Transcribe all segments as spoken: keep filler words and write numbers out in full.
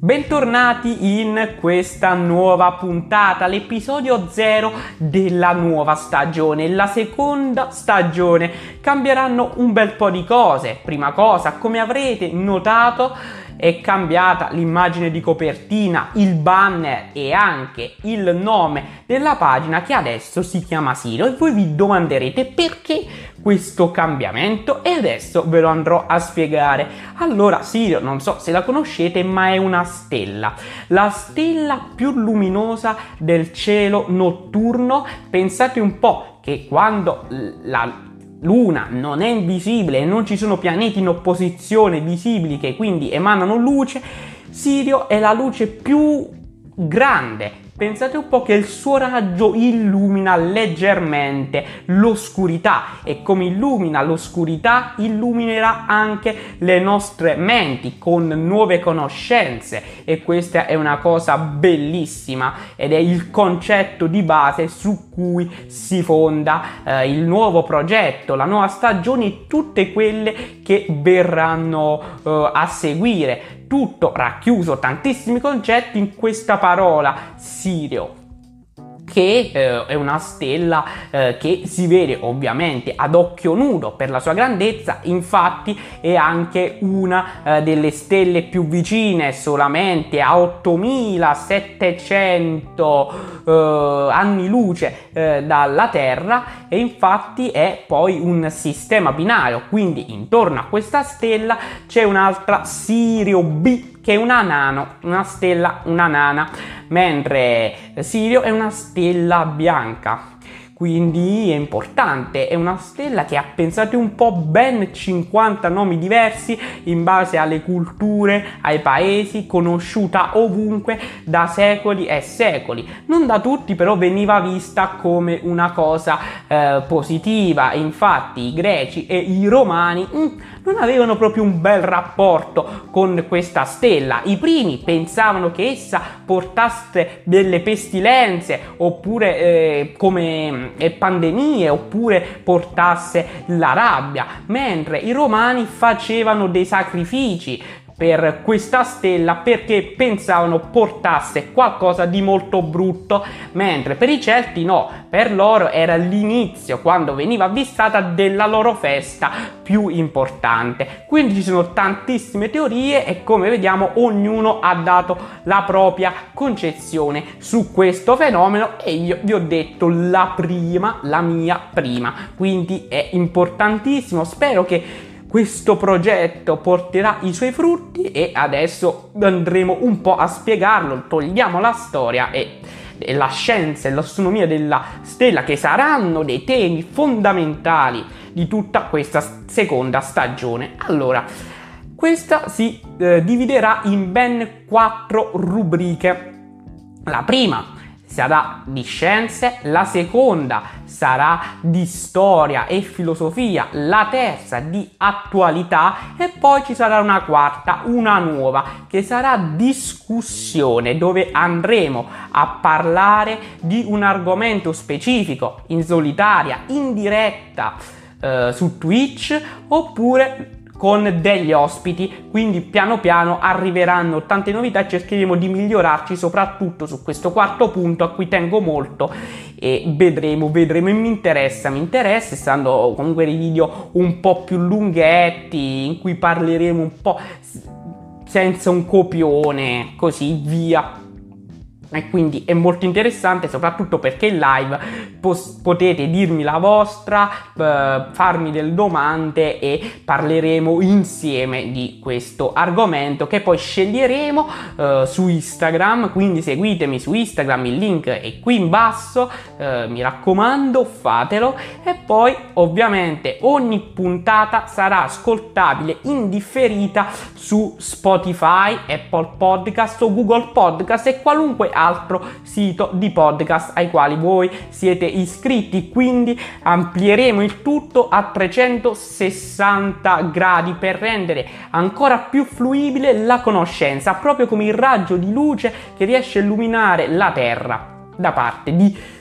Bentornati in questa nuova puntata, l'episodio zero della nuova stagione, la seconda stagione. Cambieranno un bel po' di cose. Prima cosa, come avrete notato, è cambiata l'immagine di copertina, il banner e anche il nome della pagina, che adesso si chiama Sirio, e voi vi domanderete perché questo cambiamento, e adesso ve lo andrò a spiegare. Allora, Sirio, non so se la conoscete, ma è una stella, la stella più luminosa del cielo notturno. Pensate un po' che quando la Luna non è invisibile e non ci sono pianeti in opposizione visibili che quindi emanano luce, Sirio è la luce più grande. Pensate un po' che il suo raggio illumina leggermente l'oscurità, e come illumina l'oscurità illuminerà anche le nostre menti con nuove conoscenze, e questa è una cosa bellissima ed è il concetto di base su cui si fonda eh, il nuovo progetto, la nuova stagione e tutte quelle che verranno eh, a seguire. Tutto racchiuso, tantissimi concetti in questa parola Sirio, che eh, è una stella eh, che si vede ovviamente ad occhio nudo per la sua grandezza. Infatti è anche una eh, delle stelle più vicine, solamente a ottomilasettecento eh, anni luce eh, dalla Terra, e infatti è poi un sistema binario, quindi intorno a questa stella c'è un'altra Sirio B, che è una nano, una stella, una nana, mentre Sirio è una stella bianca. Quindi è importante, è una stella che ha, pensate un po', ben cinquanta nomi diversi in base alle culture, ai paesi, conosciuta ovunque da secoli e secoli. Non da tutti però veniva vista come una cosa eh, positiva. Infatti i greci e i romani mm, non avevano proprio un bel rapporto con questa stella. I primi pensavano che essa portasse delle pestilenze, oppure eh, come e pandemie, oppure portasse la rabbia, mentre i romani facevano dei sacrifici per questa stella perché pensavano portasse qualcosa di molto brutto, mentre per i Celti no, per loro era l'inizio, quando veniva avvistata, della loro festa più importante. Quindi ci sono tantissime teorie e, come vediamo, ognuno ha dato la propria concezione su questo fenomeno, e io vi ho detto la prima, la mia prima, quindi è importantissimo. Spero che questo progetto porterà i suoi frutti, e adesso andremo un po' a spiegarlo. Togliamo la storia e, e la scienza e l'astronomia della stella, che saranno dei temi fondamentali di tutta questa seconda stagione. Allora, questa si eh, dividerà in ben quattro rubriche. La prima sarà di scienze, la seconda sarà di storia e filosofia, la terza di attualità, e poi ci sarà una quarta, una nuova, che sarà discussione, dove andremo a parlare di un argomento specifico in solitaria, in diretta eh, su Twitch, oppure con degli ospiti. Quindi piano piano arriveranno tante novità e cercheremo di migliorarci soprattutto su questo quarto punto, a cui tengo molto, e vedremo, vedremo e mi interessa, mi interessa, stando comunque dei video un po' più lunghetti, in cui parleremo un po' senza un copione, così via. E quindi è molto interessante, soprattutto perché in live pos- potete dirmi la vostra, eh, farmi delle domande e parleremo insieme di questo argomento, che poi sceglieremo eh, su Instagram. Quindi seguitemi su Instagram, il link è qui in basso, eh, mi raccomando, fatelo. E poi ovviamente ogni puntata sarà ascoltabile in differita su Spotify, Apple Podcast o Google Podcast e qualunque altro sito di podcast ai quali voi siete iscritti. Quindi amplieremo il tutto a trecentosessanta gradi per rendere ancora più fruibile la conoscenza, proprio come il raggio di luce che riesce a illuminare la Terra da parte di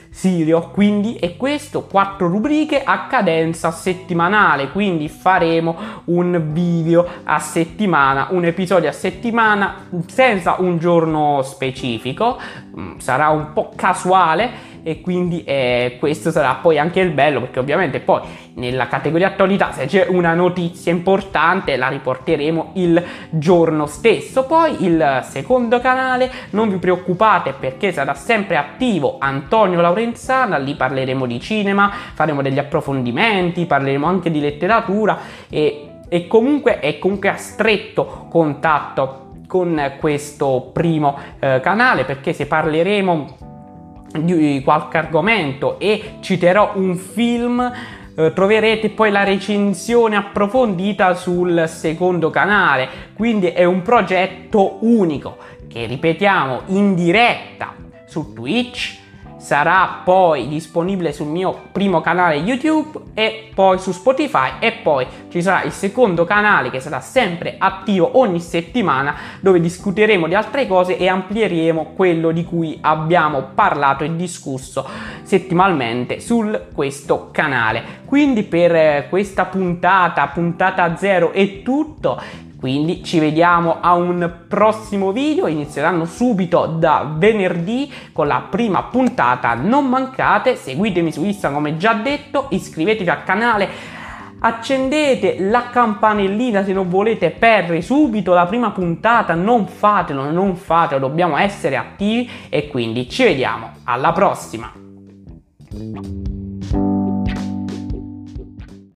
Sirio, quindi è questo, quattro rubriche a cadenza settimanale, quindi faremo un video a settimana, un episodio a settimana senza un giorno specifico, sarà un po' casuale e quindi eh, questo sarà poi anche il bello, perché ovviamente poi nella categoria attualità se c'è una notizia importante la riporteremo il giorno stesso. Poi il secondo canale, non vi preoccupate perché sarà sempre attivo Antonio Laurenzana, lì parleremo di cinema, faremo degli approfondimenti, parleremo anche di letteratura e, e comunque è comunque a stretto contatto con questo primo eh, canale, perché se parleremo di qualche argomento e citerò un film, eh, troverete poi la recensione approfondita sul secondo canale, quindi è un progetto unico che, ripetiamo, in diretta su Twitch, sarà poi disponibile sul mio primo canale YouTube e poi su Spotify, e poi ci sarà il secondo canale che sarà sempre attivo ogni settimana, dove discuteremo di altre cose e amplieremo quello di cui abbiamo parlato e discusso settimanalmente su questo canale. Quindi per questa puntata, puntata zero è tutto. Quindi ci vediamo a un prossimo video, inizieranno subito da venerdì con la prima puntata, non mancate, seguitemi su Instagram come già detto, iscrivetevi al canale, accendete la campanellina se non volete perdere subito la prima puntata, non fatelo, non fatelo, dobbiamo essere attivi e quindi ci vediamo alla prossima!